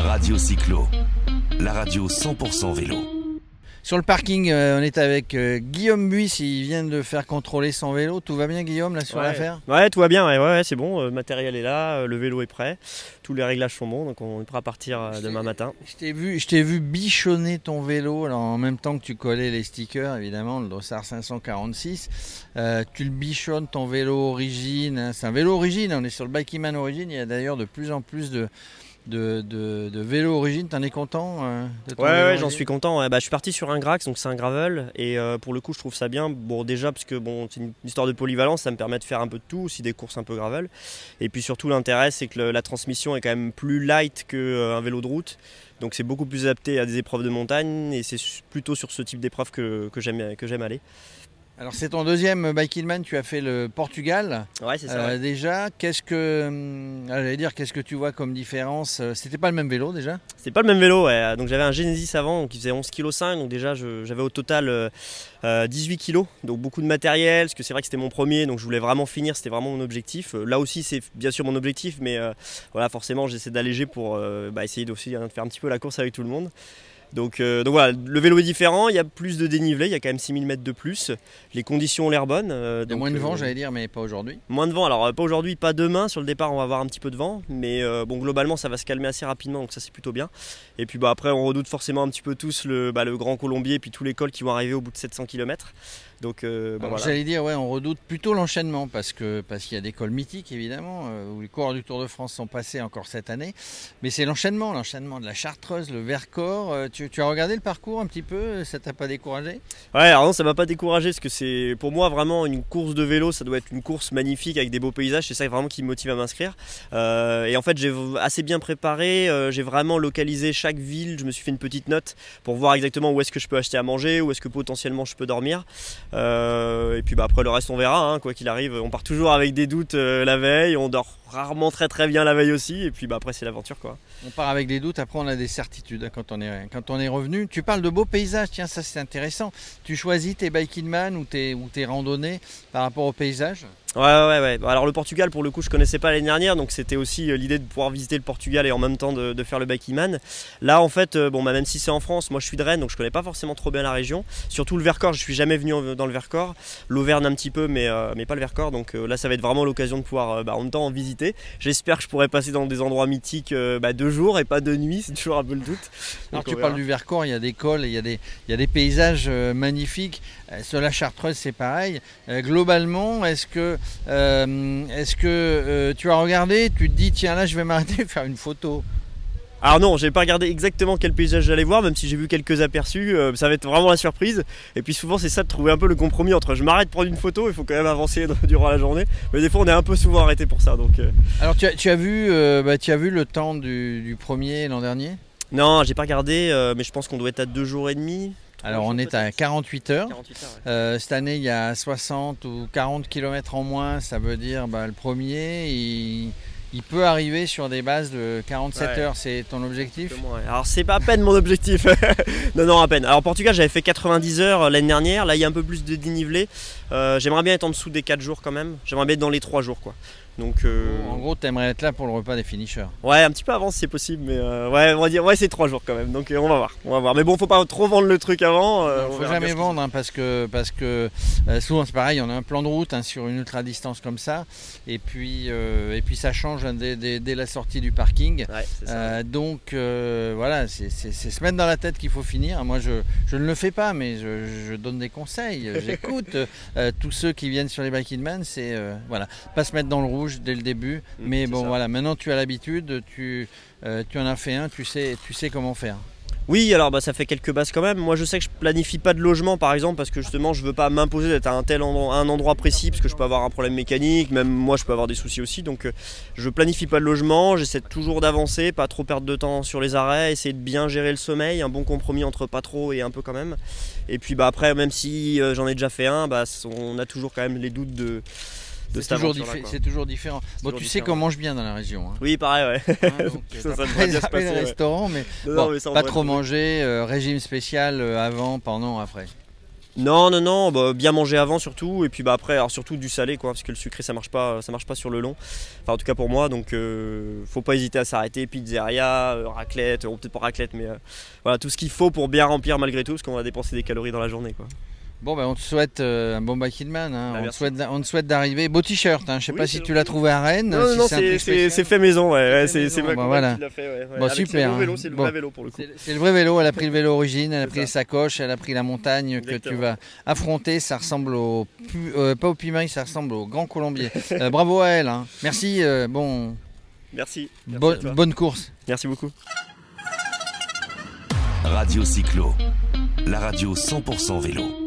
Radio Cyclo, la radio 100% vélo. Sur le parking, on est avec Guillaume Buis, il vient de faire contrôler son vélo. Tout va bien Guillaume là sur l'affaire ? Ouais, tout va bien, ouais, c'est bon, le matériel est là, le vélo est prêt, tous les réglages sont bons, donc on est prêt à partir demain matin. Je t'ai vu bichonner ton vélo alors, en même temps que tu collais les stickers, évidemment, le Dossard 546. Tu le bichonnes, ton vélo Origine, hein. C'est un vélo Origine, on est sur le Bikeman Origine, il y a d'ailleurs de plus en plus de vélo Origine. T'en es content de ton vélo Ouais, Origine ? j'en suis content. Je suis parti sur un Grax, donc c'est un gravel, et pour le coup je trouve ça bien. Bon, déjà parce que c'est une histoire de polyvalence, ça me permet de faire un peu de tout, aussi des courses un peu gravel. Et puis surtout l'intérêt c'est que la transmission est quand même plus light qu'un vélo de route. Donc c'est beaucoup plus adapté à des épreuves de montagne, et c'est plutôt sur ce type d'épreuve que j'aime aller. Alors c'est ton deuxième Bikeman, tu as fait le Portugal. Ouais, c'est ça. Ouais. Déjà, qu'est-ce que tu vois comme différence ? C'était pas le même vélo déjà ? C'est pas le même vélo, ouais. Donc j'avais un Genesis avant qui faisait 11,5 kg, donc déjà j'avais au total 18 kg, donc beaucoup de matériel, parce que c'est vrai que c'était mon premier, donc je voulais vraiment finir, c'était vraiment mon objectif. Là aussi c'est bien sûr mon objectif, mais voilà, forcément j'essaie d'alléger pour essayer de faire un petit peu la course avec tout le monde. Donc voilà, le vélo est différent, il y a plus de dénivelé, il y a quand même 6000 mètres de plus, les conditions ont l'air bonnes. Il y a moins de vent j'allais dire, mais pas aujourd'hui. Moins de vent, alors pas aujourd'hui, pas demain, sur le départ on va avoir un petit peu de vent, mais globalement ça va se calmer assez rapidement, donc ça c'est plutôt bien. Et puis après on redoute forcément un petit peu tous le Grand Colombier, puis tous les cols qui vont arriver au bout de 700 km. Donc voilà. J'allais dire, ouais, on redoute plutôt l'enchaînement parce qu'il y a des cols mythiques évidemment, où les coureurs du Tour de France sont passés encore cette année. Mais c'est l'enchaînement de la Chartreuse, le Vercors. Tu as regardé le parcours un petit peu, ça t'a pas découragé ? Ouais, alors non, ça m'a pas découragé parce que c'est pour moi vraiment une course de vélo, ça doit être une course magnifique avec des beaux paysages, c'est ça vraiment qui me motive à m'inscrire. Et en fait j'ai assez bien préparé, j'ai vraiment localisé chaque ville, je me suis fait une petite note pour voir exactement où est-ce que je peux acheter à manger, où est-ce que potentiellement je peux dormir. Et puis après le reste on verra, quoi qu'il arrive, on part toujours avec des doutes la veille, on dort rarement très très bien la veille aussi, et puis après c'est l'aventure quoi. On part avec des doutes, après on a des certitudes quand on est revenu. Tu parles de beaux paysages, tiens ça c'est intéressant. Tu choisis tes Bikeman ou tes randonnées par rapport aux paysages ? Ouais. Alors le Portugal pour le coup je connaissais pas l'année dernière, donc c'était aussi l'idée de pouvoir visiter le Portugal et en même temps de faire le Bikeman. Là en fait, même si c'est en France, moi je suis de Rennes donc je connais pas forcément trop bien la région. Surtout le Vercors, je suis jamais venu dans le Vercors. L'Auvergne un petit peu, mais pas le Vercors. Donc là ça va être vraiment l'occasion de pouvoir en même temps en visiter. J'espère que je pourrai passer dans des endroits mythiques 2 jours et pas de nuit, c'est toujours un peu le doute. Alors tu parles du Vercors, il y a des cols, il y a des paysages magnifiques. Sur la Chartreuse c'est pareil. Globalement, est-ce que tu as regardé, tu te dis tiens là je vais m'arrêter et faire une photo ? Alors non, j'ai pas regardé exactement quel paysage j'allais voir, même si j'ai vu quelques aperçus, ça va être vraiment la surprise. Et puis souvent c'est ça de trouver un peu le compromis entre je m'arrête prendre une photo, il faut quand même avancer durant la journée. Mais des fois on est un peu souvent arrêté pour ça. Donc, Alors tu as vu le temps du premier l'an dernier ? Non, j'ai pas regardé, mais je pense qu'on doit être à 2 jours et demi. Alors on est à 48 heures. 48 heures ouais. Cette année il y a 60 ou 40 km en moins, ça veut dire le premier il peut arriver sur des bases de 47 heures, c'est ton objectif ? Ouais. Alors c'est pas à peine mon objectif, non à peine. Alors Portugal j'avais fait 90 heures l'année dernière, là il y a un peu plus de dénivelé, j'aimerais bien être en dessous des 4 jours quand même, j'aimerais bien être dans les 3 jours quoi. Donc, en gros tu aimerais être là pour le repas des finishers ? Ouais, un petit peu avant si c'est possible, mais on va dire c'est 3 jours quand même, donc on va voir. Mais bon, faut pas trop vendre le truc avant. Faut jamais vendre parce que souvent c'est pareil, on a un plan de route sur une ultra distance comme ça, et puis ça change dès la sortie du parking. Ouais, c'est ça. Donc voilà, c'est se mettre dans la tête qu'il faut finir. Moi je ne le fais pas, mais je donne des conseils, j'écoute tous ceux qui viennent sur les Bikeman, c'est pas se mettre dans le rouge dès le début, mais bon voilà, maintenant tu as l'habitude, tu en as fait un, tu sais comment faire. Oui, alors ça fait quelques bases quand même. Moi je sais que je planifie pas de logement par exemple parce que justement je veux pas m'imposer d'être à un endroit précis parce que je peux avoir un problème mécanique, même moi je peux avoir des soucis aussi, donc je planifie pas de logement, j'essaie toujours d'avancer, pas trop perdre de temps sur les arrêts, essayer de bien gérer le sommeil, un bon compromis entre pas trop et un peu quand même. Et puis après même si j'en ai déjà fait un, on a toujours quand même les doutes de c'est toujours différent. Bon, tu sais qu'on mange bien dans la région. Hein. Oui, pareil, ouais. Donc, ça devrait bien se passer. Le restaurant, mais, mais ça, pas trop manger. Régime spécial avant, pendant, après. Non, bah, bien manger avant surtout, et puis bah après, alors surtout du salé quoi, parce que le sucré ça marche pas sur le long. Enfin en tout cas pour moi, donc faut pas hésiter à s'arrêter, pizzeria, raclette, peut-être pas raclette, mais voilà tout ce qu'il faut pour bien remplir malgré tout, parce qu'on va dépenser des calories dans la journée quoi. Bon, ben, on te souhaite un bon Bike in Man. Hein. Bah, On te souhaite d'arriver. Beau t-shirt. Hein. Je sais Oui, pas c'est si tu l'as trouvé à Rennes. Non, si non, c'est un prix spécial. c'est fait maison, ouais. C'est maison. ma Bah, compagne voilà. qui l'a fait, ouais. Bon, Avec super. son vélo, Hein. c'est le Bon. vrai vélo pour le coup. C'est le vrai vélo. Elle a pris le vélo origine, elle a C'est pris ça. les sacoches, elle a pris la montagne que tu Exactement. vas affronter. Ça ressemble pas au Puy-Maille, ça ressemble au Grand Colombier. Bravo à elle. Hein. Merci. Merci. Merci à toi. Bonne course. Merci beaucoup. Radio Cyclo, la radio 100% vélo.